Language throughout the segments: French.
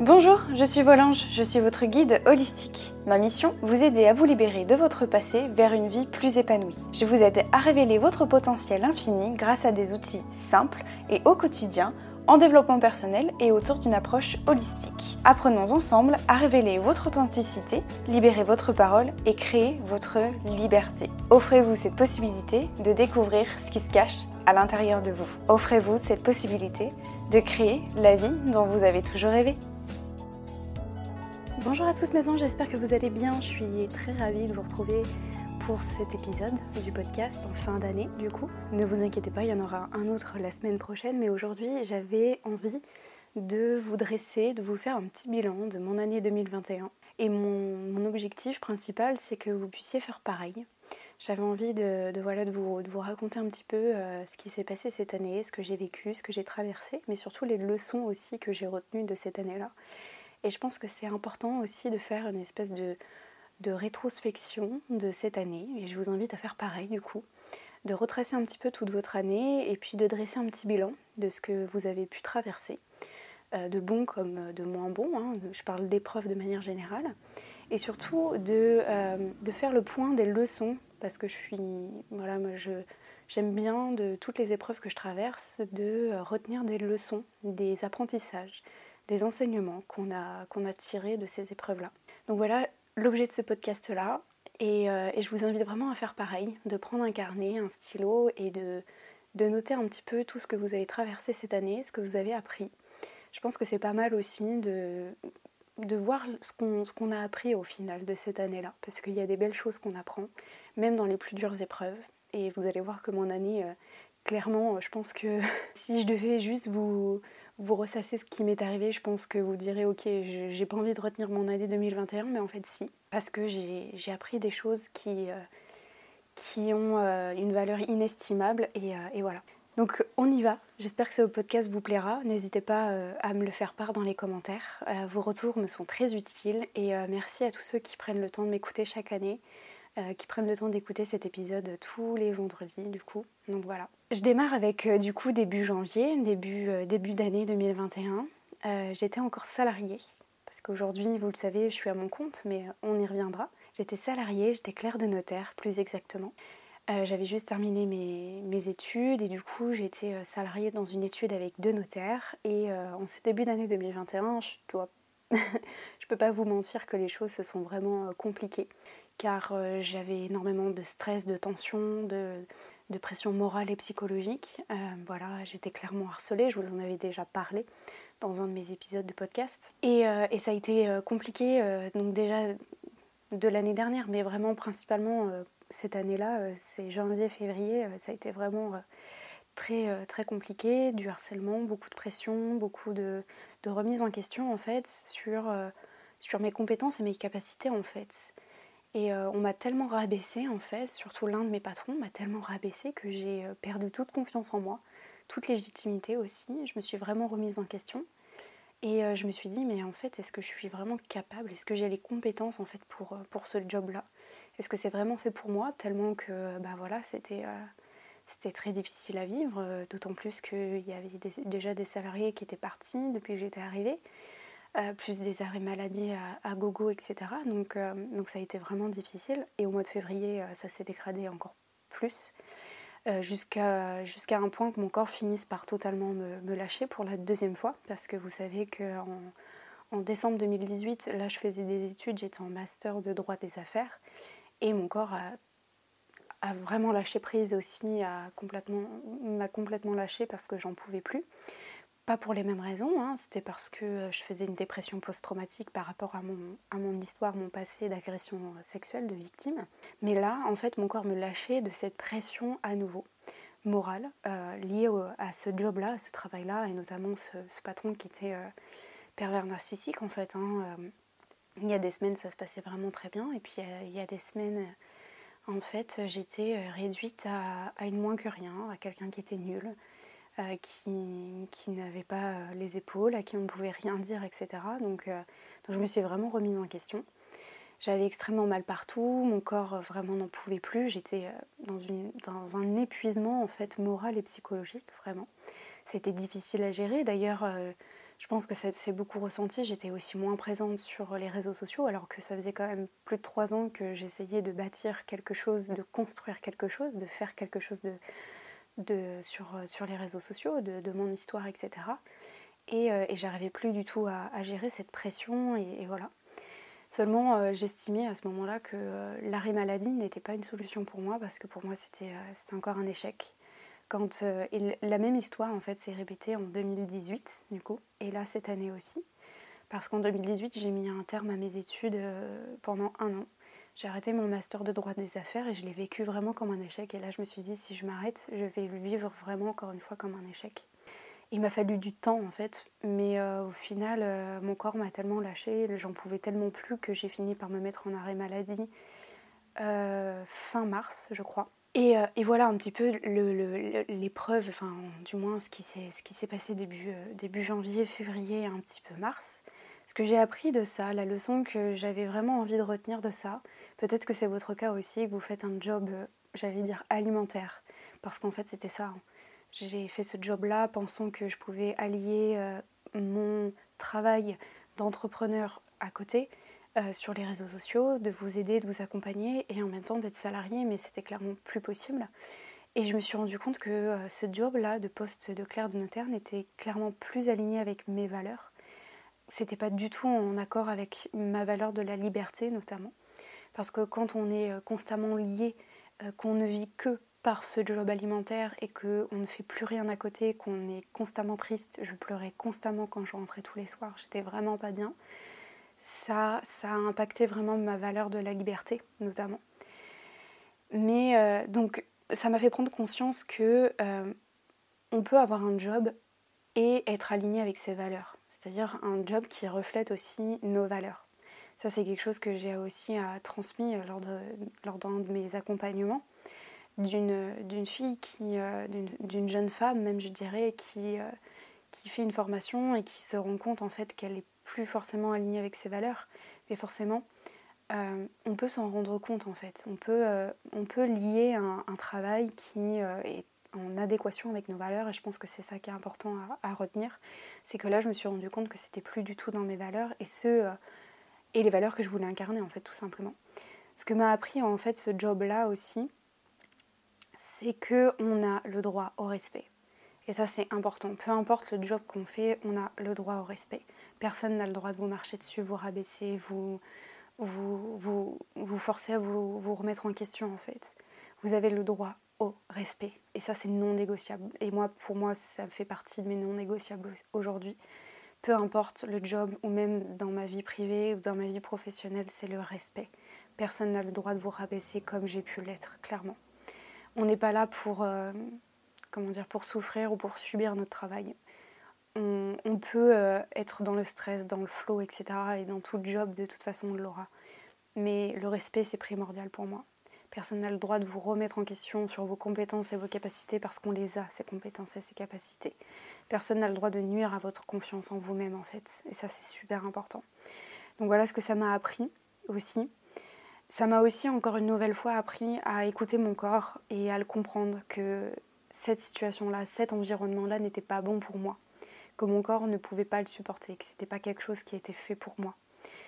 Bonjour, je suis Volange, je suis votre guide holistique. Ma mission, vous aider à vous libérer de votre passé vers une vie plus épanouie. Je vous aide à révéler votre potentiel infini grâce à des outils simples et au quotidien, en développement personnel et autour d'une approche holistique. Apprenons ensemble à révéler votre authenticité, libérer votre parole et créer votre liberté. Offrez-vous cette possibilité de découvrir ce qui se cache à l'intérieur de vous. Offrez-vous cette possibilité de créer la vie dont vous avez toujours rêvé. Bonjour à tous mes anges, j'espère que vous allez bien. Je suis très ravie de vous retrouver pour cet épisode du podcast en fin d'année du coup. Ne vous inquiétez pas, il y en aura un autre la semaine prochaine, mais aujourd'hui j'avais envie de vous dresser, de vous faire un petit bilan de mon année 2021. Et mon objectif principal, c'est que vous puissiez faire pareil. J'avais envie de vous raconter un petit peu ce qui s'est passé cette année, ce que j'ai vécu, ce que j'ai traversé, mais surtout les leçons aussi que j'ai retenues de cette année-là. Et je pense que c'est important aussi de faire une espèce de rétrospection de cette année. Et je vous invite à faire pareil du coup. De retracer un petit peu toute votre année et puis de dresser un petit bilan de ce que vous avez pu traverser. De bon comme de moins bon. Hein. Je parle d'épreuves de manière générale. Et surtout de faire le point des leçons. Parce que j'aime bien de toutes les épreuves que je traverse de retenir des leçons, des apprentissages, des enseignements qu'on a tirés de ces épreuves-là. Donc voilà l'objet de ce podcast-là. Et je vous invite vraiment à faire pareil, de prendre un carnet, un stylo et de noter un petit peu tout ce que vous avez traversé cette année, ce que vous avez appris. Je pense que c'est pas mal aussi de voir ce qu'on a appris au final de cette année-là. Parce qu'il y a des belles choses qu'on apprend, même dans les plus dures épreuves. Et vous allez voir que mon année, clairement, je pense que si je devais juste vous ressasser ce qui m'est arrivé, je pense que vous direz ok, j'ai pas envie de retenir mon année 2021, mais en fait si, parce que j'ai appris des choses qui ont une valeur inestimable et voilà. Donc on y va, j'espère que ce podcast vous plaira, n'hésitez pas à me le faire part dans les commentaires, vos retours me sont très utiles et merci à tous ceux qui prennent le temps de m'écouter chaque année, qui prennent le temps d'écouter cet épisode tous les vendredis du coup, donc voilà. Je démarre avec du coup début janvier, début d'année 2021. J'étais encore salariée, parce qu'aujourd'hui vous le savez je suis à mon compte mais on y reviendra. J'étais salariée, j'étais clerc de notaire plus exactement. J'avais juste terminé mes études et du coup j'étais salariée dans une étude avec 2 notaires et en ce début d'année 2021 je peux pas vous mentir que les choses se sont vraiment compliquées car j'avais énormément de stress, de tension, de pression morale et psychologique. Voilà, j'étais clairement harcelée, je vous en avais déjà parlé dans un de mes épisodes de podcast. Et ça a été compliqué, donc déjà de l'année dernière, mais vraiment principalement cette année-là, c'est janvier-février, ça a été vraiment très compliqué, du harcèlement, beaucoup de pression, beaucoup de remise en question en fait sur mes compétences et mes capacités en fait. Et on m'a tellement rabaissée en fait, surtout l'un de mes patrons m'a tellement rabaissée que j'ai perdu toute confiance en moi, toute légitimité aussi. Je me suis vraiment remise en question et je me suis dit mais en fait est-ce que je suis vraiment capable, est-ce que j'ai les compétences en fait pour ce job-là, est-ce que c'est vraiment fait pour moi, tellement que bah voilà c'était très difficile à vivre, d'autant plus qu'il y avait déjà des salariés qui étaient partis depuis que j'étais arrivée. Plus des arrêts maladie à gogo, etc. Donc ça a été vraiment difficile. Et au mois de février, ça s'est dégradé encore plus, jusqu'à un point que mon corps finisse par totalement me lâcher pour la deuxième fois. Parce que vous savez qu'en décembre 2018, là je faisais des études, j'étais en master de droit des affaires. Et mon corps a vraiment lâché prise aussi, m'a complètement lâché parce que j'en pouvais plus. Pas pour les mêmes raisons, hein. C'était parce que je faisais une dépression post-traumatique par rapport à mon histoire, mon passé d'agression sexuelle, de victime. Mais là, en fait, mon corps me lâchait de cette pression à nouveau, morale, liée à ce job-là, à ce travail-là, et notamment ce patron qui était pervers narcissique, en fait. Hein. Il y a des semaines, ça se passait vraiment très bien, et puis il y a des semaines, en fait, j'étais réduite à une moins que rien, à quelqu'un qui était nul, qui n'avait pas les épaules, à qui on ne pouvait rien dire, etc. Donc je me suis vraiment remise en question. J'avais extrêmement mal partout, mon corps vraiment n'en pouvait plus, j'étais dans un épuisement en fait moral et psychologique, vraiment. C'était difficile à gérer, d'ailleurs Je pense que ça s'est beaucoup ressenti. J'étais aussi moins présente sur les réseaux sociaux, alors que ça faisait quand même plus de 3 ans que j'essayais de bâtir quelque chose, de construire quelque chose, de faire quelque chose sur les réseaux sociaux, de mon histoire, etc. Et j'arrivais plus du tout à gérer cette pression, et voilà. Seulement, j'estimais à ce moment-là que l'arrêt maladie n'était pas une solution pour moi, parce que pour moi, c'était encore un échec. Et la même histoire, en fait, s'est répétée en 2018, du coup, et là, cette année aussi. Parce qu'en 2018, j'ai mis un terme à mes études pendant 1 an. J'ai arrêté mon master de droit des affaires et je l'ai vécu vraiment comme un échec. Et là, je me suis dit, si je m'arrête, je vais le vivre vraiment, encore une fois, comme un échec. Il m'a fallu du temps, en fait, mais au final, mon corps m'a tellement lâché, j'en pouvais tellement plus que j'ai fini par me mettre en arrêt maladie fin mars, je crois. Et voilà un petit peu l'épreuve, enfin du moins ce qui s'est passé début janvier, février et un petit peu mars. Ce que j'ai appris de ça, la leçon que j'avais vraiment envie de retenir de ça, peut-être que c'est votre cas aussi, que vous faites un job, j'allais dire alimentaire, parce qu'en fait c'était ça. Hein. J'ai fait ce job-là pensant que je pouvais allier mon travail d'entrepreneur à côté, sur les réseaux sociaux, de vous aider, de vous accompagner et en même temps d'être salarié, mais c'était clairement plus possible. Et je me suis rendu compte que ce job-là de poste de clerc de notaire n'était clairement plus aligné avec mes valeurs. C'était pas du tout en accord avec ma valeur de la liberté notamment. Parce que quand on est constamment lié, qu'on ne vit que par ce job alimentaire et qu'on ne fait plus rien à côté, qu'on est constamment triste, je pleurais constamment quand je rentrais tous les soirs, j'étais vraiment pas bien. Ça a impacté vraiment ma valeur de la liberté, notamment. Mais donc, ça m'a fait prendre conscience que on peut avoir un job et être aligné avec ses valeurs. C'est-à-dire un job qui reflète aussi nos valeurs. Ça, c'est quelque chose que j'ai aussi transmis lors d'un de mes accompagnements d'une fille d'une jeune femme, même je dirais, qui fait une formation et qui se rend compte en fait qu'elle est plus forcément alignée avec ses valeurs, mais forcément on peut s'en rendre compte en fait. On peut lier un travail qui est en adéquation avec nos valeurs, et je pense que c'est ça qui est important à retenir. C'est que là je me suis rendu compte que c'était plus du tout dans mes valeurs et les valeurs que je voulais incarner en fait, tout simplement. Ce que m'a appris en fait ce job là aussi, c'est qu'on a le droit au respect. Et ça, c'est important. Peu importe le job qu'on fait, on a le droit au respect. Personne n'a le droit de vous marcher dessus, vous rabaisser, vous forcer à vous remettre en question, en fait. Vous avez le droit au respect. Et ça, c'est non négociable. Et moi, pour moi, ça fait partie de mes non négociables aujourd'hui. Peu importe le job, ou même dans ma vie privée ou dans ma vie professionnelle, c'est le respect. Personne n'a le droit de vous rabaisser comme j'ai pu l'être, clairement. On n'est pas là pour pour souffrir ou pour subir notre travail. On peut être dans le stress, dans le flow, etc. Et dans tout job, de toute façon, on l'aura. Mais le respect, c'est primordial pour moi. Personne n'a le droit de vous remettre en question sur vos compétences et vos capacités parce qu'on les a, ces compétences et ces capacités. Personne n'a le droit de nuire à votre confiance en vous-même, en fait. Et ça, c'est super important. Donc voilà ce que ça m'a appris aussi. Ça m'a aussi, encore une nouvelle fois, appris à écouter mon corps et à le comprendre que cette situation-là, cet environnement-là n'était pas bon pour moi, que mon corps ne pouvait pas le supporter, que c'était pas quelque chose qui était fait pour moi.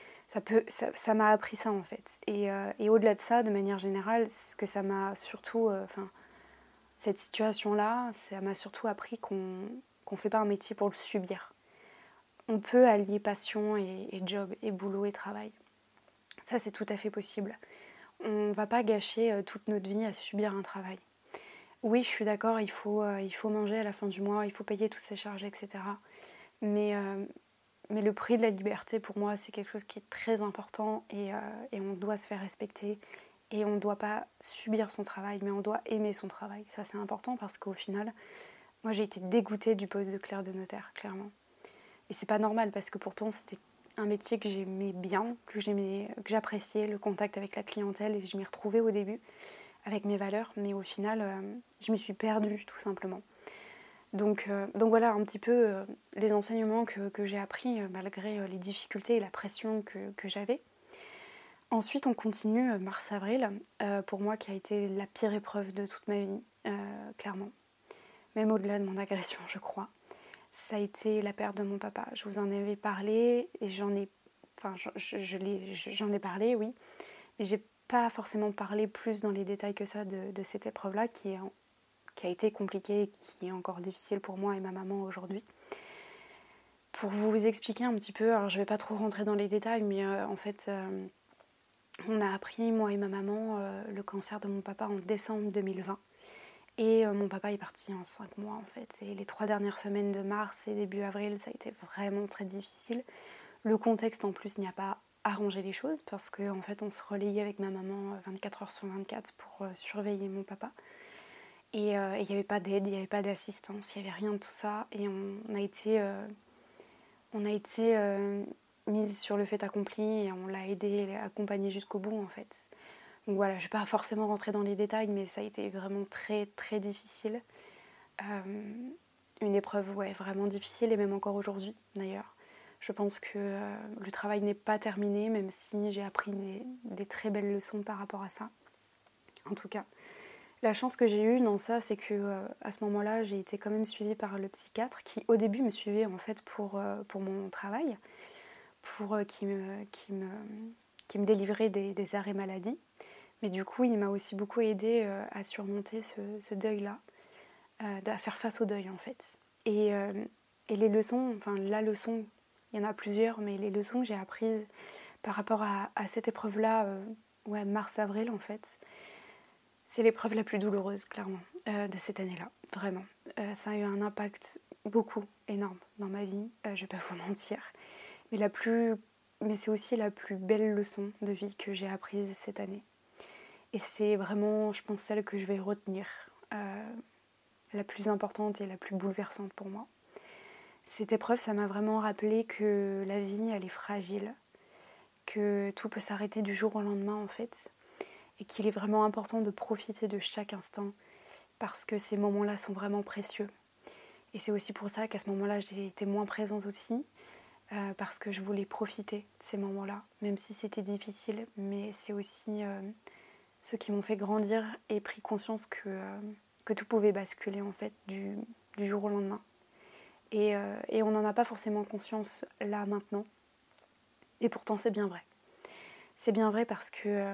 Ça m'a appris ça en fait. Et au-delà de ça, de manière générale, ce que ça m'a surtout, cette situation-là, ça m'a surtout appris qu'on fait pas un métier pour le subir. On peut allier passion et job, et boulot et travail. Ça, c'est tout à fait possible. On ne va pas gâcher toute notre vie à subir un travail. Oui, je suis d'accord, il faut manger à la fin du mois, il faut payer toutes ses charges, etc. Mais le prix de la liberté, pour moi, c'est quelque chose qui est très important et on doit se faire respecter. Et on ne doit pas subir son travail, mais on doit aimer son travail. Ça, c'est important parce qu'au final, moi, j'ai été dégoûtée du poste de clerc de notaire, clairement. Et c'est pas normal parce que pourtant, c'était un métier que j'aimais bien, que j'appréciais, le contact avec la clientèle, et je m'y retrouvais au début avec mes valeurs, mais au final, je m'y suis perdue tout simplement. Donc voilà un petit peu les enseignements que j'ai appris malgré les difficultés et la pression que j'avais. Ensuite, on continue mars-avril, pour moi qui a été la pire épreuve de toute ma vie, clairement. Même au-delà de mon agression, je crois. ça a été la perte de mon papa. Je vous en avais parlé et j'en ai parlé, oui, mais j'ai pas forcément parlé plus dans les détails que ça de cette épreuve-là qui a été compliquée et qui est encore difficile pour moi et ma maman aujourd'hui. Pour vous expliquer un petit peu, alors je vais pas trop rentrer dans les détails, mais en fait, on a appris, moi et ma maman, le cancer de mon papa en décembre 2020. Et mon papa est parti en 5 mois en fait. Et les 3 dernières semaines de mars et début avril, ça a été vraiment très difficile. Le contexte en plus n'y a pas arrangé les choses parce qu'en fait on se relayait avec ma maman 24 heures sur 24 pour surveiller mon papa. Et il n'y avait pas d'aide, il n'y avait pas d'assistance, il n'y avait rien de tout ça. Et on a été mise sur le fait accompli et on l'a aidé, accompagné jusqu'au bout en fait. Donc voilà, je ne vais pas forcément rentrer dans les détails, mais ça a été vraiment très très difficile. Une épreuve vraiment difficile et même encore aujourd'hui d'ailleurs. Je pense que le travail n'est pas terminé, même si j'ai appris des très belles leçons par rapport à ça. En tout cas, la chance que j'ai eue dans ça, c'est que à ce moment-là, j'ai été quand même suivie par le psychiatre qui au début me suivait en fait pour mon travail, pour qui me délivrait des arrêts maladie. Mais du coup, il m'a aussi beaucoup aidée à surmonter ce deuil-là, à faire face au deuil en fait. Et les leçons, enfin la leçon, il y en a plusieurs, mais les leçons que j'ai apprises par rapport à cette épreuve-là, mars-avril en fait, c'est l'épreuve la plus douloureuse, clairement, de cette année-là, vraiment. Ça a eu un impact énorme dans ma vie, je vais pas vous mentir. Mais c'est aussi la plus belle leçon de vie que j'ai apprise cette année. Et c'est vraiment, je pense, celle que je vais retenir, la plus importante et la plus bouleversante pour moi. Cette épreuve, ça m'a vraiment rappelé que la vie, elle est fragile, que tout peut s'arrêter du jour au lendemain en fait, et qu'il est vraiment important de profiter de chaque instant, parce que ces moments-là sont vraiment précieux. Et c'est aussi pour ça qu'à ce moment-là, j'ai été moins présente aussi, parce que je voulais profiter de ces moments-là, même si c'était difficile, mais c'est aussi ceux qui m'ont fait grandir et pris conscience que tout pouvait basculer en fait du jour au lendemain. Et on n'en a pas forcément conscience là maintenant. Et pourtant c'est bien vrai. C'est bien vrai parce que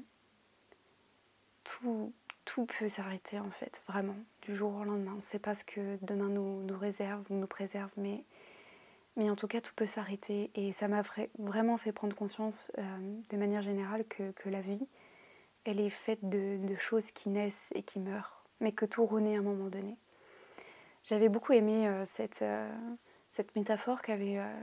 tout peut s'arrêter en fait, vraiment, du jour au lendemain. On ne sait pas ce que demain nous réserve, nous préserve, mais en tout cas tout peut s'arrêter. Et ça m'a vraiment fait prendre conscience de manière générale que la vie, elle est faite de choses qui naissent et qui meurent, mais que tout renaît à un moment donné. J'avais beaucoup aimé cette métaphore que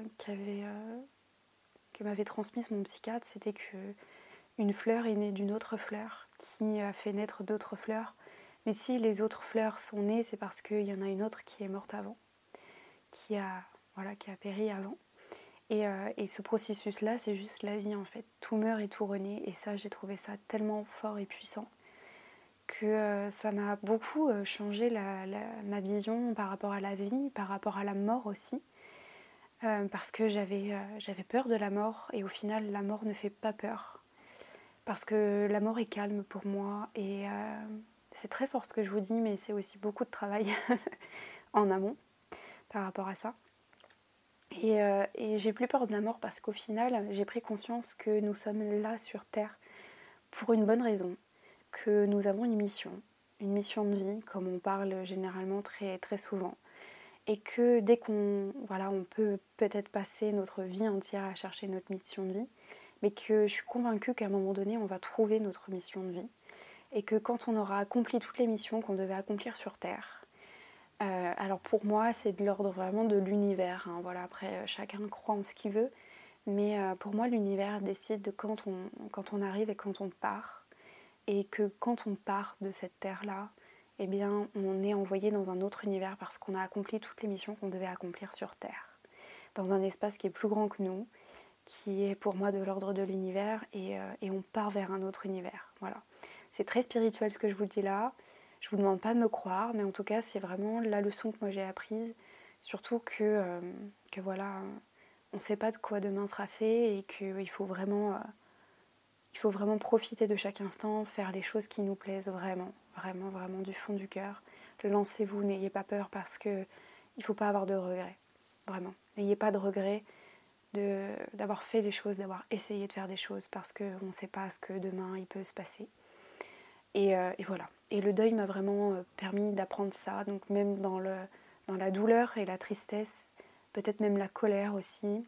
m'avait transmise mon psychiatre, c'était que une fleur est née d'une autre fleur qui a fait naître d'autres fleurs. Mais si les autres fleurs sont nées, c'est parce qu'il y en a une autre qui est morte avant, qui a péri avant. Et ce processus-là, c'est juste la vie en fait. Tout meurt et tout renaît. Et ça, j'ai trouvé ça tellement fort et puissant que ça m'a beaucoup changé ma vision par rapport à la vie, par rapport à la mort aussi. Parce que j'avais peur de la mort et au final, la mort ne fait pas peur. Parce que la mort est calme pour moi et c'est très fort ce que je vous dis, mais c'est aussi beaucoup de travail en amont par rapport à ça. Et j'ai plus peur de la mort parce qu'au final, j'ai pris conscience que nous sommes là sur Terre pour une bonne raison, que nous avons une mission de vie, comme on parle généralement très, très souvent. Et que dès on peut peut-être passer notre vie entière à chercher notre mission de vie, mais que je suis convaincue qu'à un moment donné, on va trouver notre mission de vie. Et que quand on aura accompli toutes les missions qu'on devait accomplir sur Terre, alors pour moi, c'est de l'ordre vraiment de l'univers. Hein, voilà, après, chacun croit en ce qu'il veut. Mais pour moi, l'univers décide de quand on arrive et quand on part. Et que quand on part de cette Terre-là, eh bien, on est envoyé dans un autre univers parce qu'on a accompli toutes les missions qu'on devait accomplir sur Terre. Dans un espace qui est plus grand que nous, qui est pour moi de l'ordre de l'univers, et on part vers un autre univers. Voilà. C'est très spirituel ce que je vous dis là. Je vous demande pas de me croire, mais en tout cas, c'est vraiment la leçon que moi j'ai apprise. Surtout que voilà, on ne sait pas de quoi demain sera fait et qu'il faut vraiment profiter de chaque instant, faire les choses qui nous plaisent vraiment, vraiment, vraiment du fond du cœur. Lancez-vous, n'ayez pas peur parce que il ne faut pas avoir de regrets, vraiment. N'ayez pas de regrets d'avoir fait des choses, d'avoir essayé de faire des choses, parce qu'on ne sait pas ce que demain il peut se passer. Et voilà. Et le deuil m'a vraiment permis d'apprendre ça, donc même dans la douleur et la tristesse, peut-être même la colère aussi,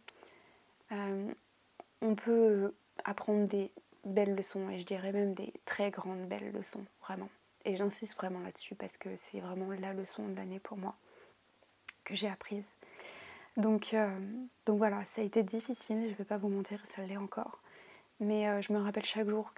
on peut apprendre des belles leçons, et je dirais même des très grandes belles leçons, vraiment. Et j'insiste vraiment là-dessus parce que c'est vraiment la leçon de l'année pour moi que j'ai apprise. Donc voilà, ça a été difficile, je ne vais pas vous mentir, ça l'est encore. Mais je me rappelle chaque jour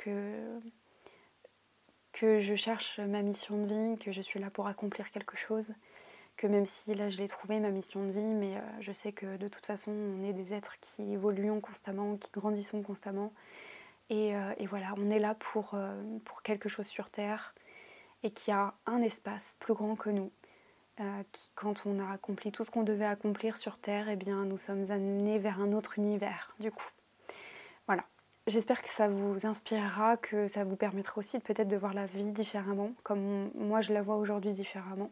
que je cherche ma mission de vie, que je suis là pour accomplir quelque chose, que même si là je l'ai trouvé ma mission de vie, mais je sais que de toute façon on est des êtres qui évoluons constamment, qui grandissons constamment. Et voilà, on est là pour quelque chose sur Terre et qu'il y a un espace plus grand que nous. Qui, quand on a accompli tout ce qu'on devait accomplir sur Terre, eh bien, nous sommes amenés vers un autre univers, du coup. Voilà. J'espère que ça vous inspirera, que ça vous permettra aussi peut-être de voir la vie différemment, comme moi je la vois aujourd'hui différemment.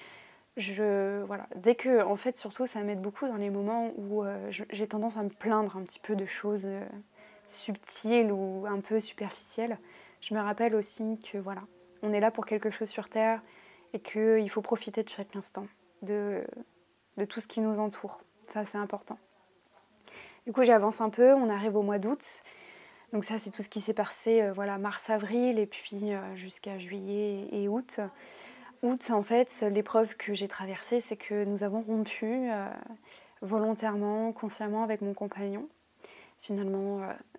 Voilà. Dès que, en fait, surtout, ça m'aide beaucoup dans les moments où j'ai tendance à me plaindre un petit peu de choses subtiles ou un peu superficielles. Je me rappelle aussi que, voilà, on est là pour quelque chose sur Terre et qu'il faut profiter de chaque instant, de tout ce qui nous entoure. Ça, c'est important. Du coup, j'avance un peu, on arrive au mois d'août. Donc ça, c'est tout ce qui s'est passé, voilà, mars-avril, et puis jusqu'à juillet et août. Août, en fait, l'épreuve que j'ai traversée, c'est que nous avons rompu volontairement, consciemment avec mon compagnon. Finalement,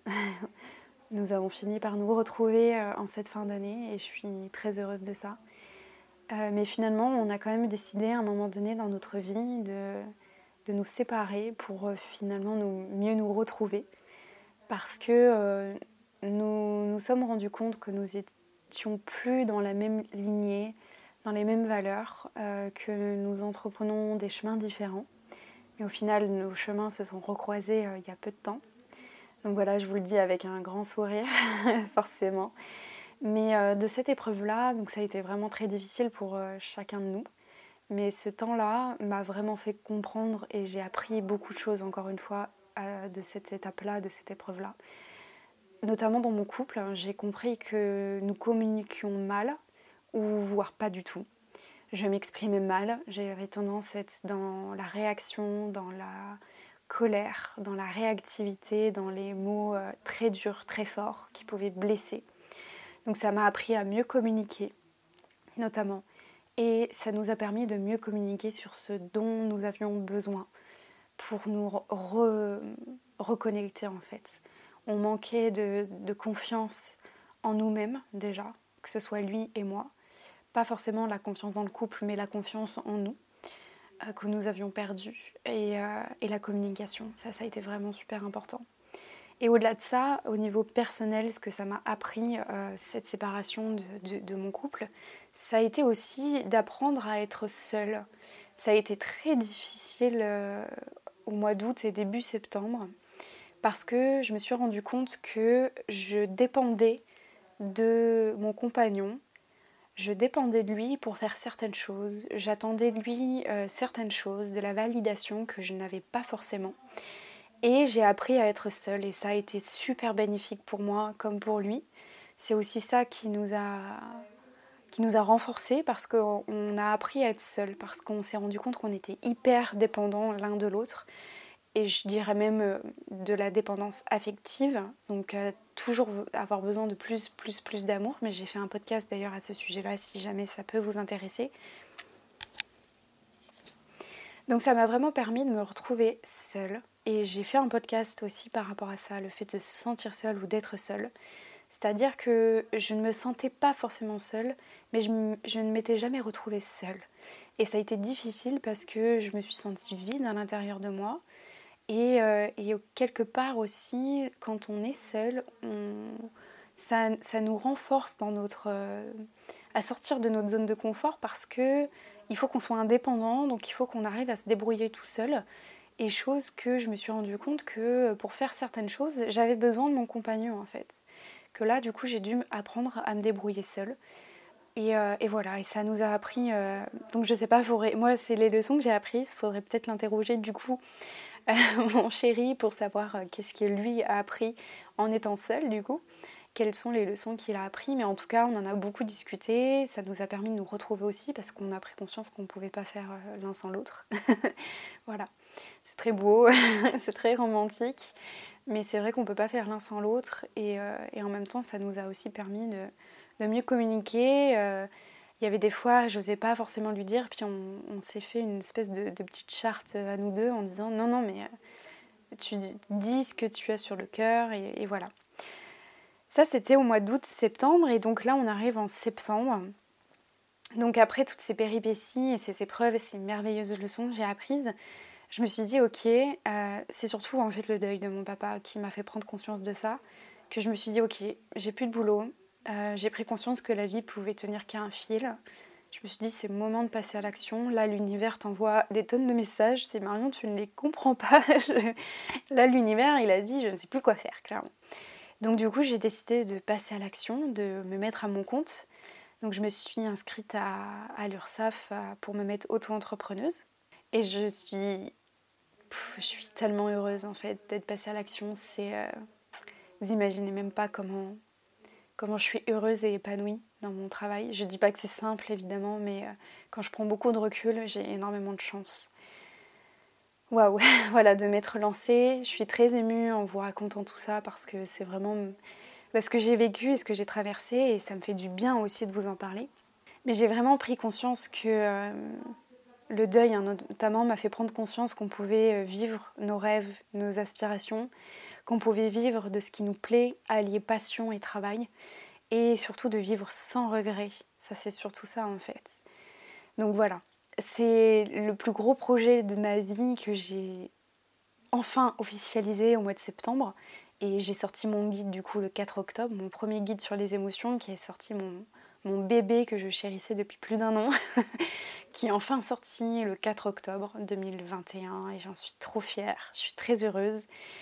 nous avons fini par nous retrouver en cette fin d'année et je suis très heureuse de ça. Mais finalement, on a quand même décidé à un moment donné dans notre vie de nous séparer pour finalement mieux nous retrouver. Parce que nous sommes rendus compte que nous étions plus dans la même lignée, dans les mêmes valeurs, que nous entreprenons des chemins différents. Mais au final, nos chemins se sont recroisés il y a peu de temps. Donc voilà, je vous le dis avec un grand sourire, forcément. Mais de cette épreuve-là, donc ça a été vraiment très difficile pour chacun de nous. Mais ce temps-là m'a vraiment fait comprendre et j'ai appris beaucoup de choses, encore une fois, de cette étape-là, de cette épreuve-là. Notamment dans mon couple, j'ai compris que nous communiquions mal, ou voire pas du tout. Je m'exprimais mal, j'avais tendance à être dans la réaction, dans la colère, dans la réactivité, dans les mots très durs, très forts, qui pouvaient blesser. Donc ça m'a appris à mieux communiquer, notamment. Et ça nous a permis de mieux communiquer sur ce dont nous avions besoin pour nous reconnecter en fait. On manquait de confiance en nous-mêmes déjà, que ce soit lui et moi. Pas forcément la confiance dans le couple, mais la confiance en nous que nous avions perdue. Et la communication, ça a été vraiment super important. Et au-delà de ça, au niveau personnel, ce que ça m'a appris, cette séparation de mon couple, ça a été aussi d'apprendre à être seule. Ça a été très difficile au mois d'août et début septembre, parce que je me suis rendu compte que je dépendais de mon compagnon, je dépendais de lui pour faire certaines choses, j'attendais de lui certaines choses, de la validation que je n'avais pas forcément. Et j'ai appris à être seule et ça a été super bénéfique pour moi comme pour lui. C'est aussi ça qui nous a renforcés parce qu'on a appris à être seul, parce qu'on s'est rendu compte qu'on était hyper dépendants l'un de l'autre. Et je dirais même de la dépendance affective, donc toujours avoir besoin de plus d'amour. Mais j'ai fait un podcast d'ailleurs à ce sujet-là si jamais ça peut vous intéresser. Donc ça m'a vraiment permis de me retrouver seule. Et j'ai fait un podcast aussi par rapport à ça, le fait de se sentir seule ou d'être seule. C'est-à-dire que je ne me sentais pas forcément seule, mais je ne m'étais jamais retrouvée seule. Et ça a été difficile parce que je me suis sentie vide à l'intérieur de moi. Et quelque part aussi, quand on est seul, ça nous renforce dans à sortir de notre zone de confort parce que il faut qu'on soit indépendant, donc il faut qu'on arrive à se débrouiller tout seul. Et chose que je me suis rendu compte que pour faire certaines choses, j'avais besoin de mon compagnon en fait. Que là, du coup, j'ai dû apprendre à me débrouiller seule. Et voilà, et ça nous a appris... donc je sais pas, moi c'est les leçons que j'ai apprises, il faudrait peut-être l'interroger du coup, mon chéri, pour savoir qu'est-ce que lui a appris en étant seul du coup. Quelles sont les leçons qu'il a appris, mais en tout cas on en a beaucoup discuté, ça nous a permis de nous retrouver aussi parce qu'on a pris conscience qu'on ne pouvait pas faire l'un sans l'autre. Voilà, c'est très beau, c'est très romantique, mais c'est vrai qu'on ne peut pas faire l'un sans l'autre et en même temps ça nous a aussi permis de mieux communiquer. Il y avait des fois, j'osais pas forcément lui dire, puis on s'est fait une espèce de petite charte à nous deux en disant non, non, mais tu dis ce que tu as sur le cœur et voilà. Ça, c'était au mois d'août-septembre, et donc là, on arrive en septembre. Donc après toutes ces péripéties et ces épreuves et ces merveilleuses leçons que j'ai apprises, je me suis dit, ok, c'est surtout en fait le deuil de mon papa qui m'a fait prendre conscience de ça, que je me suis dit, ok, j'ai plus de boulot, j'ai pris conscience que la vie pouvait tenir qu'à un fil. Je me suis dit, c'est le moment de passer à l'action. Là, l'univers t'envoie des tonnes de messages. C'est Marion, tu ne les comprends pas. Là, l'univers, il a dit, je ne sais plus quoi faire, clairement. Donc du coup, j'ai décidé de passer à l'action, de me mettre à mon compte. Donc je me suis inscrite à l'URSSAF pour me mettre auto-entrepreneuse. Et je suis tellement heureuse en fait d'être passée à l'action. Vous imaginez même pas comment je suis heureuse et épanouie dans mon travail. Je dis pas que c'est simple évidemment, mais quand je prends beaucoup de recul, j'ai énormément de chance. Waouh, voilà, de m'être lancée. Je suis très émue en vous racontant tout ça parce que c'est vraiment ce que j'ai vécu et ce que j'ai traversé, et ça me fait du bien aussi de vous en parler. Mais j'ai vraiment pris conscience que le deuil, hein, notamment, m'a fait prendre conscience qu'on pouvait vivre nos rêves, nos aspirations, qu'on pouvait vivre de ce qui nous plaît, allier passion et travail, et surtout de vivre sans regret. Ça, c'est surtout ça en fait. Donc voilà, c'est le plus gros projet de ma vie que j'ai enfin officialisé au mois de septembre. Et j'ai sorti mon guide du coup le 4 octobre, mon premier guide sur les émotions, qui est sorti mon bébé que je chérissais depuis plus d'un an, qui est enfin sorti le 4 octobre 2021, et j'en suis trop fière, je suis très heureuse.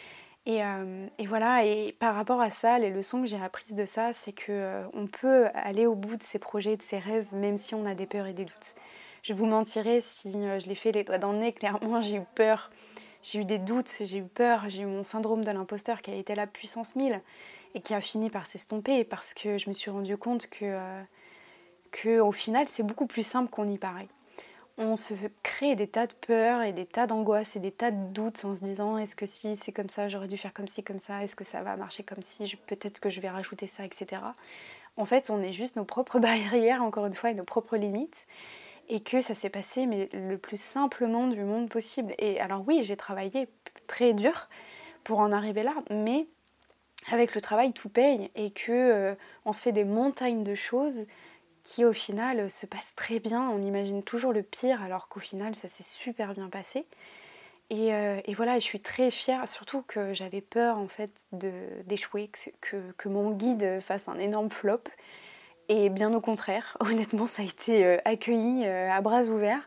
Et voilà, et par rapport à ça, les leçons que j'ai apprises de ça, c'est que on peut aller au bout de ses projets, de ses rêves, même si on a des peurs et des doutes. Je vous mentirais si je l'ai fait les doigts dans le nez, clairement j'ai eu peur. J'ai eu des doutes, j'ai eu peur, j'ai eu mon syndrome de l'imposteur qui a été la puissance 1000 et qui a fini par s'estomper parce que je me suis rendu compte que au final c'est beaucoup plus simple qu'on y paraît. On se crée des tas de peurs et des tas d'angoisses et des tas de doutes en se disant est-ce que si c'est comme ça, j'aurais dû faire comme ci, comme ça, est-ce que ça va marcher comme ci, peut-être que je vais rajouter ça, etc. En fait, on est juste nos propres barrières, encore une fois, et nos propres limites. Et que ça s'est passé mais le plus simplement du monde possible. Et alors oui, j'ai travaillé très dur pour en arriver là, mais avec le travail tout paye et que on se fait des montagnes de choses qui au final se passent très bien. On imagine toujours le pire alors qu'au final ça s'est super bien passé. Et voilà, je suis très fière, surtout que j'avais peur en fait d'échouer, que mon guide fasse un énorme flop. Et bien au contraire, honnêtement, ça a été accueilli à bras ouverts.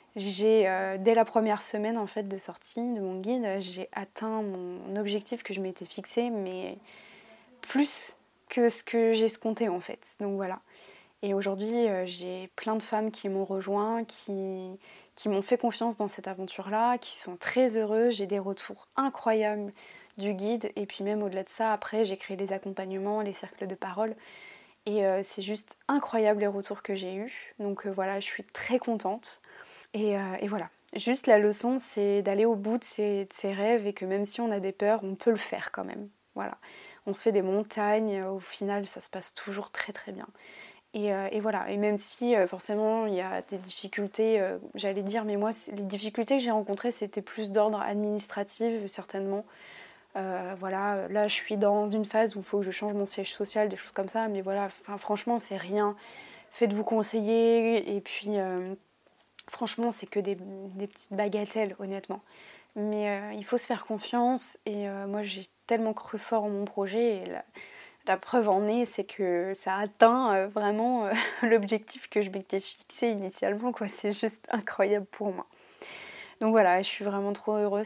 Dès la première semaine en fait de sortie de mon guide, j'ai atteint mon objectif que je m'étais fixé, mais plus que ce que j'ai escompté en fait. Donc voilà. Et aujourd'hui, j'ai plein de femmes qui m'ont rejoint, qui m'ont fait confiance dans cette aventure-là, qui sont très heureuses. J'ai des retours incroyables du guide. Et puis même au-delà de ça, après, j'ai créé les accompagnements, les cercles de parole. Et c'est juste incroyable les retours que j'ai eus. Donc voilà, je suis très contente. Et voilà. Juste la leçon, c'est d'aller au bout de ses rêves et que même si on a des peurs, on peut le faire quand même. Voilà. On se fait des montagnes, au final, ça se passe toujours très très bien. Et voilà. Et même si forcément il y a des difficultés, j'allais dire, mais moi, les difficultés que j'ai rencontrées, c'était plus d'ordre administratif, certainement. Voilà, là je suis dans une phase où il faut que je change mon siège social, des choses comme ça, mais voilà, franchement c'est rien. Faites-vous conseiller, et puis franchement c'est que des petites bagatelles honnêtement. Mais il faut se faire confiance, et moi j'ai tellement cru fort en mon projet, et la preuve en est, c'est que ça atteint vraiment l'objectif que je m'étais fixé initialement, quoi. C'est juste incroyable pour moi. Donc voilà, je suis vraiment trop heureuse,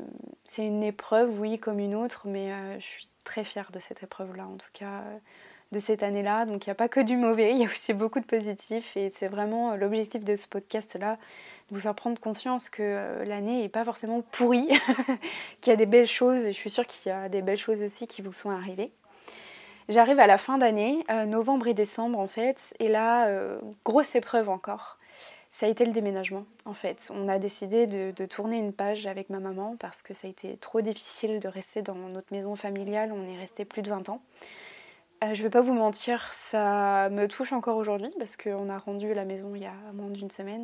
c'est une épreuve, oui, comme une autre, mais je suis très fière de cette épreuve-là, en tout cas. de cette année-là. Donc il n'y a pas que du mauvais, il y a aussi beaucoup de positifs. Et c'est vraiment l'objectif de ce podcast-là, de vous faire prendre conscience que l'année n'est pas forcément pourrie, qu'il y a des belles choses. Et je suis sûre qu'il y a des belles choses aussi qui vous sont arrivées. J'arrive à la fin d'année, novembre et décembre en fait. Et là, grosse épreuve encore. Ça a été le déménagement en fait. On a décidé de tourner une page avec ma maman parce que ça a été trop difficile de rester dans notre maison familiale. On est resté plus de 20 ans. Je vais pas vous mentir, ça me touche encore aujourd'hui parce qu'on a rendu la maison il y a moins d'une semaine.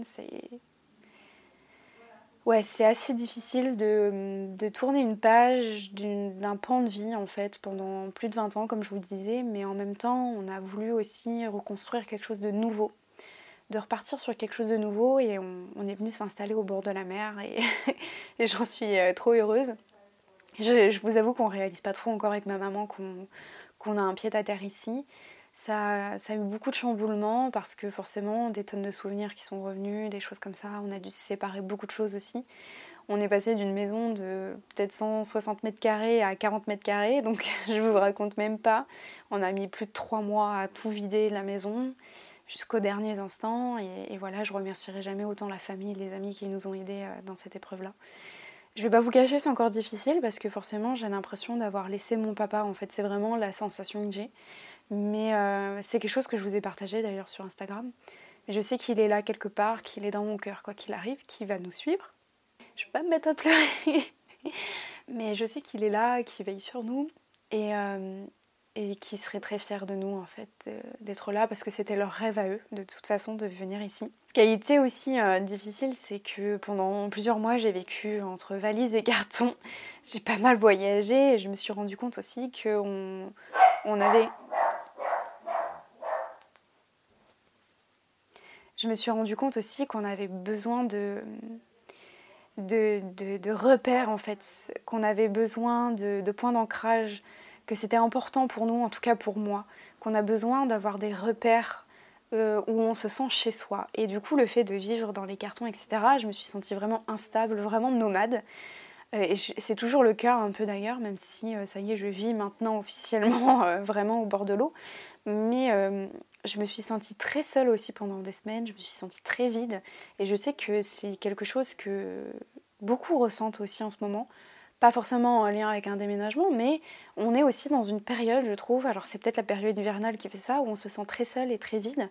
C'est assez difficile de tourner une page d'un pan de vie en fait pendant plus de 20 ans comme je vous le disais, mais en même temps on a voulu aussi reconstruire quelque chose de nouveau, de repartir sur quelque chose de nouveau et on est venu s'installer au bord de la mer et j'en suis trop heureuse. Je vous avoue qu'on réalise pas trop encore avec ma maman qu'on a un pied à terre ici. Ça a eu beaucoup de chamboulements parce que forcément des tonnes de souvenirs qui sont revenus, des choses comme ça. On a dû se séparer beaucoup de choses aussi. On est passé d'une maison de peut-être 160 mètres carrés à 40 mètres carrés, donc je vous raconte même pas. On a mis plus de 3 mois à tout vider la maison jusqu'aux derniers instants et voilà, je remercierai jamais autant la famille et les amis qui nous ont aidés dans cette épreuve-là. Je vais pas vous cacher, c'est encore difficile parce que forcément j'ai l'impression d'avoir laissé mon papa. En fait, c'est vraiment la sensation que j'ai. Mais c'est quelque chose que je vous ai partagé d'ailleurs sur Instagram. Je sais qu'il est là quelque part, qu'il est dans mon cœur quoi qu'il arrive, qu'il va nous suivre. Je vais pas me mettre à pleurer. Mais je sais qu'il est là, qu'il veille sur nous et qu'il serait très fier de nous en fait d'être là parce que c'était leur rêve à eux de toute façon de venir ici. Ce qui a été aussi difficile, c'est que pendant plusieurs mois j'ai vécu entre valises et cartons. J'ai pas mal voyagé et je me suis rendu compte aussi qu'on avait... Je me suis rendu compte aussi qu'on avait besoin de repères en fait, qu'on avait besoin de points d'ancrage, que c'était important pour nous, en tout cas pour moi, qu'on a besoin d'avoir des repères où on se sent chez soi. Et du coup, le fait de vivre dans les cartons, etc., je me suis sentie vraiment instable, vraiment nomade. C'est toujours le cas un peu d'ailleurs, même si ça y est, je vis maintenant officiellement vraiment au bord de l'eau. Mais je me suis sentie très seule aussi pendant des semaines, je me suis sentie très vide. Et je sais que c'est quelque chose que beaucoup ressentent aussi en ce moment. Pas forcément en lien avec un déménagement, mais on est aussi dans une période, je trouve, alors c'est peut-être la période hivernale qui fait ça, où on se sent très seul et très vide.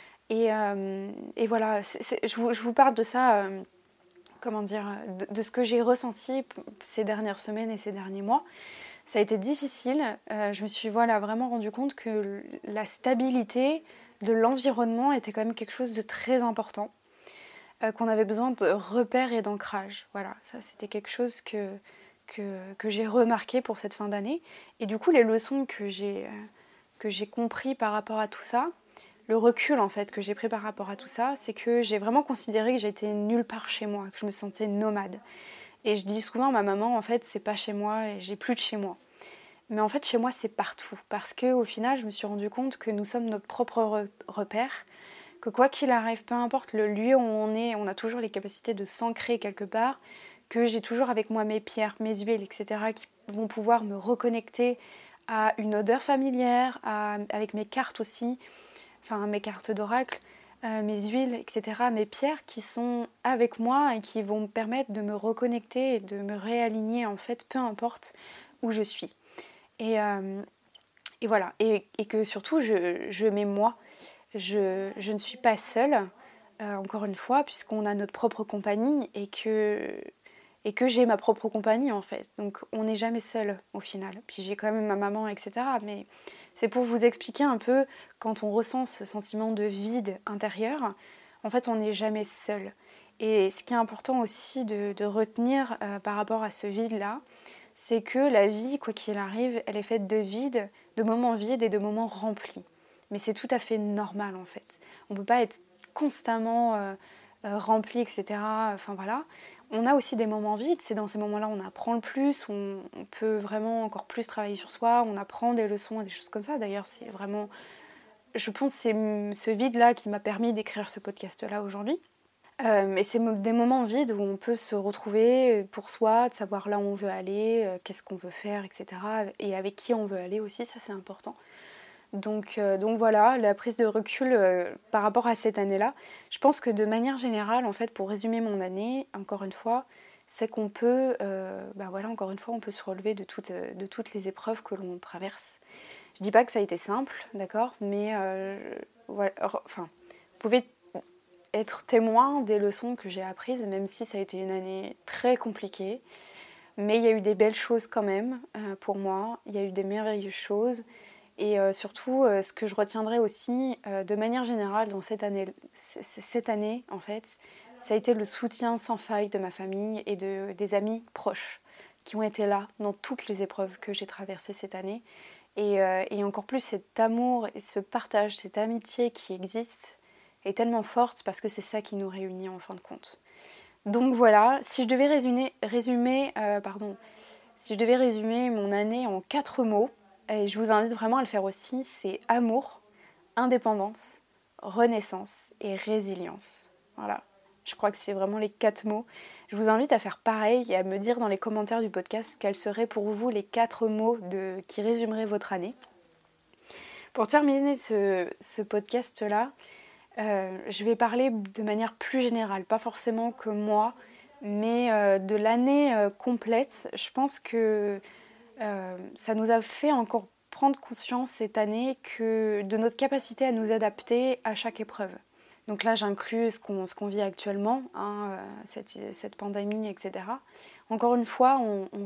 Et voilà, je vous parle de ça, comment dire, de ce que j'ai ressenti ces dernières semaines et ces derniers mois. Ça a été difficile. Je me suis vraiment rendu compte que la stabilité de l'environnement était quand même quelque chose de très important, qu'on avait besoin de repères et d'ancrage. Voilà, ça c'était quelque chose que j'ai remarqué pour cette fin d'année. Et du coup, les leçons que j'ai compris par rapport à tout ça, le recul en fait que j'ai pris par rapport à tout ça, c'est que j'ai vraiment considéré que j'étais nulle part chez moi, que je me sentais nomade. Et je dis souvent à ma maman, en fait, c'est pas chez moi et j'ai plus de chez moi. Mais en fait, chez moi, c'est partout. Parce qu'au final, je me suis rendu compte que nous sommes notre propre repère, que quoi qu'il arrive, peu importe le lieu où on est, on a toujours les capacités de s'ancrer quelque part, que j'ai toujours avec moi mes pierres, mes huiles, etc., qui vont pouvoir me reconnecter à une odeur familière, avec mes cartes aussi, enfin mes cartes d'oracle, mes huiles, etc., mes pierres qui sont avec moi et qui vont me permettre de me reconnecter et de me réaligner en fait, peu importe où je suis. Et voilà, et que surtout je m'aime moi. Je ne suis pas seule, encore une fois, puisqu'on a notre propre compagnie et que j'ai ma propre compagnie en fait. Donc on n'est jamais seul au final. Puis j'ai quand même ma maman, etc. Mais c'est pour vous expliquer un peu, quand on ressent ce sentiment de vide intérieur, en fait on n'est jamais seul. Et ce qui est important aussi de retenir par rapport à ce vide-là, c'est que la vie, quoi qu'il arrive, elle est faite de vide, de moments vides et de moments remplis. Mais c'est tout à fait normal en fait. On ne peut pas être constamment rempli, etc. Enfin voilà. On a aussi des moments vides, c'est dans ces moments-là on apprend le plus, on peut vraiment encore plus travailler sur soi, on apprend des leçons et des choses comme ça. D'ailleurs, c'est vraiment, je pense, c'est ce vide-là qui m'a permis d'écrire ce podcast-là aujourd'hui. Mais c'est des moments vides où on peut se retrouver pour soi, de savoir là où on veut aller, qu'est-ce qu'on veut faire, etc. Et avec qui on veut aller aussi, ça c'est important. Donc voilà, la prise de recul par rapport à cette année-là. Je pense que de manière générale, en fait, pour résumer mon année, encore une fois, c'est qu'on peut, encore une fois, on peut se relever de toutes les épreuves que l'on traverse. Je dis pas que ça a été simple, d'accord, mais voilà, enfin, vous pouvez être témoin des leçons que j'ai apprises, même si ça a été une année très compliquée. Mais il y a eu des belles choses quand même pour moi, il y a eu des merveilleuses choses. Et surtout, ce que je retiendrai aussi, de manière générale, dans cette année, en fait, ça a été le soutien sans faille de ma famille et des amis proches qui ont été là dans toutes les épreuves que j'ai traversées cette année. Et encore plus, cet amour et ce partage, cette amitié qui existe est tellement forte parce que c'est ça qui nous réunit en fin de compte. Donc voilà, si je devais résumer mon année en 4 mots, et je vous invite vraiment à le faire aussi, c'est amour, indépendance, renaissance et résilience. Voilà, je crois que c'est vraiment les 4 mots. Je vous invite à faire pareil et à me dire dans les commentaires du podcast quels seraient pour vous les 4 mots qui résumeraient votre année. Pour terminer ce podcast-là, je vais parler de manière plus générale, pas forcément que moi, mais de l'année complète. Je pense que ça nous a fait encore prendre conscience cette année de notre capacité à nous adapter à chaque épreuve. Donc là, j'inclus ce qu'on vit actuellement, hein, cette pandémie, etc. Encore une fois,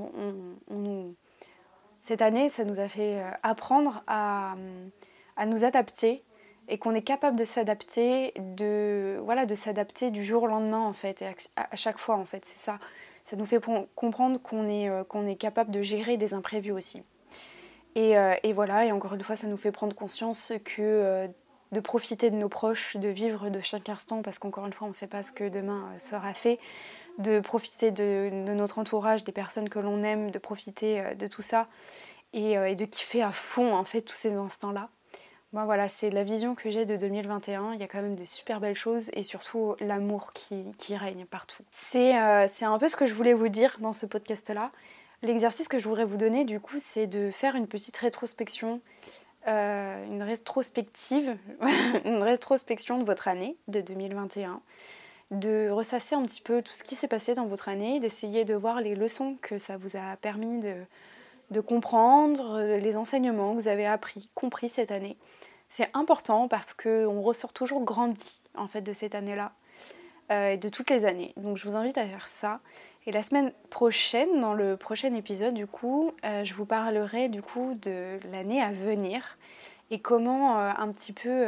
cette année, ça nous a fait apprendre à nous adapter et qu'on est capable de s'adapter, de s'adapter du jour au lendemain en fait, et à chaque fois en fait, c'est ça. Ça nous fait comprendre qu'on est capable de gérer des imprévus aussi. Et voilà, et encore une fois, ça nous fait prendre conscience que de profiter de nos proches, de vivre de chaque instant, parce qu'encore une fois, on ne sait pas ce que demain sera fait, de profiter de notre entourage, des personnes que l'on aime, de profiter de tout ça, et de kiffer à fond en fait tous ces instants-là. Moi, voilà, c'est la vision que j'ai de 2021. Il y a quand même des super belles choses et surtout l'amour qui règne partout. C'est un peu ce que je voulais vous dire dans ce podcast-là. L'exercice que je voudrais vous donner, du coup, c'est de faire une petite rétrospection, une rétrospective, une rétrospection de votre année de 2021, de ressasser un petit peu tout ce qui s'est passé dans votre année, d'essayer de voir les leçons que ça vous a permis de comprendre, les enseignements que vous avez compris cette année. C'est important parce qu'on ressort toujours grandi en fait de cette année-là et de toutes les années. Donc je vous invite à faire ça. Et la semaine prochaine, dans le prochain épisode, du coup, je vous parlerai du coup de l'année à venir et comment un petit peu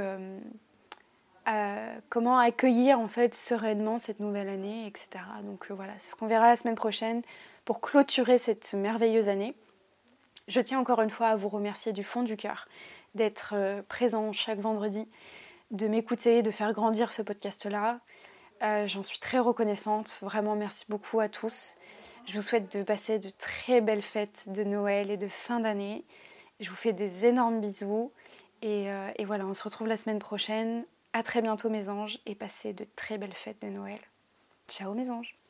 comment accueillir en fait sereinement cette nouvelle année, etc. Donc voilà, c'est ce qu'on verra la semaine prochaine pour clôturer cette merveilleuse année. Je tiens encore une fois à vous remercier du fond du cœur d'être présent chaque vendredi, de m'écouter, de faire grandir ce podcast-là. J'en suis très reconnaissante. Vraiment, merci beaucoup à tous. Je vous souhaite de passer de très belles fêtes de Noël et de fin d'année. Je vous fais des énormes bisous. Et voilà, on se retrouve la semaine prochaine. À très bientôt mes anges et passez de très belles fêtes de Noël. Ciao mes anges.